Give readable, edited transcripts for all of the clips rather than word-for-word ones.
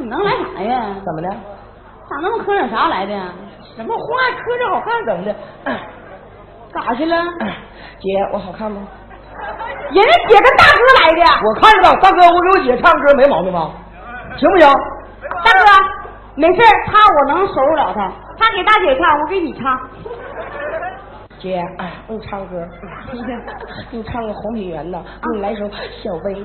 你能来啥呀？ 怎么的？ 咋那么磕碜啥来的？ 什么话？磕碜好看怎么的？ 干啥去了？ 姐，我好看吗？ 人家姐跟大哥来的。 我看着吧，大哥，我给我姐唱歌没毛病吧？行不行？ 大哥，没事，我能收拾了他。他给大姐唱，我给你唱。 姐，我唱歌，给你唱个红品源的，给你来首小薇。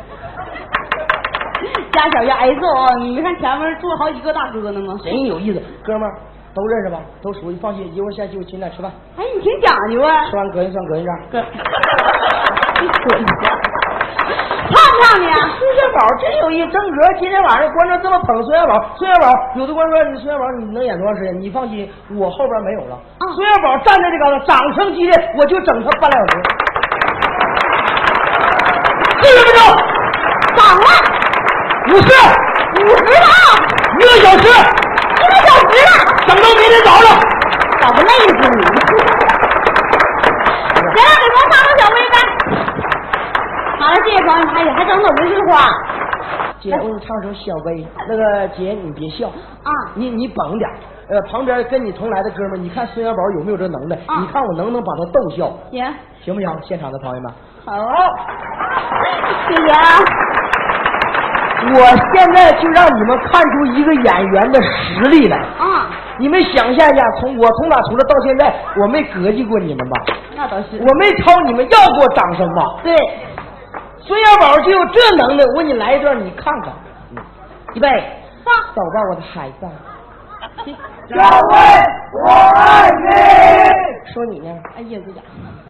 家小丫挨揍啊！你没看前面坐好几个大哥呢吗？ 真有意思，哥们儿都认识吧？都熟悉，放心，一会儿下去我请你俩吃饭。 哎，你挺讲究啊！ 吃完膈应算膈应账。 哥，你滚！唱不唱呢？ 孙小宝真有意思，正格今天晚上观众这么捧孙小宝，孙小宝有的观众说你孙小宝你能演多长时间？你放心，我后边没有了。孙小宝站在这个掌声激烈，我就整他半两钟。40分钟， 涨了 50了，1个小时了，整到明天早上， 早不累死你！行了，给我唱首小薇呗。好了，谢谢朋友们，还整首玫瑰花。 姐，我给你唱首小薇。那个姐，你别笑啊， 你绷点。旁边跟你同来的哥们，你看孙小宝有没有这能耐？你看我能不能把他逗笑？行不行？现场的朋友们， 好，谢谢啊。 我现在就让你们看出一个演员的实力来啊！ 你们想象一下，从哪出来到现在，我没膈应过你们吧？ 那倒是。 我没朝你们要过掌声吧？ 对。 孙小宝就有这能耐，我给你来一段，你看看。预备，走吧，我的孩子。小薇，我爱你。说你呢？ 哎呀，这家伙。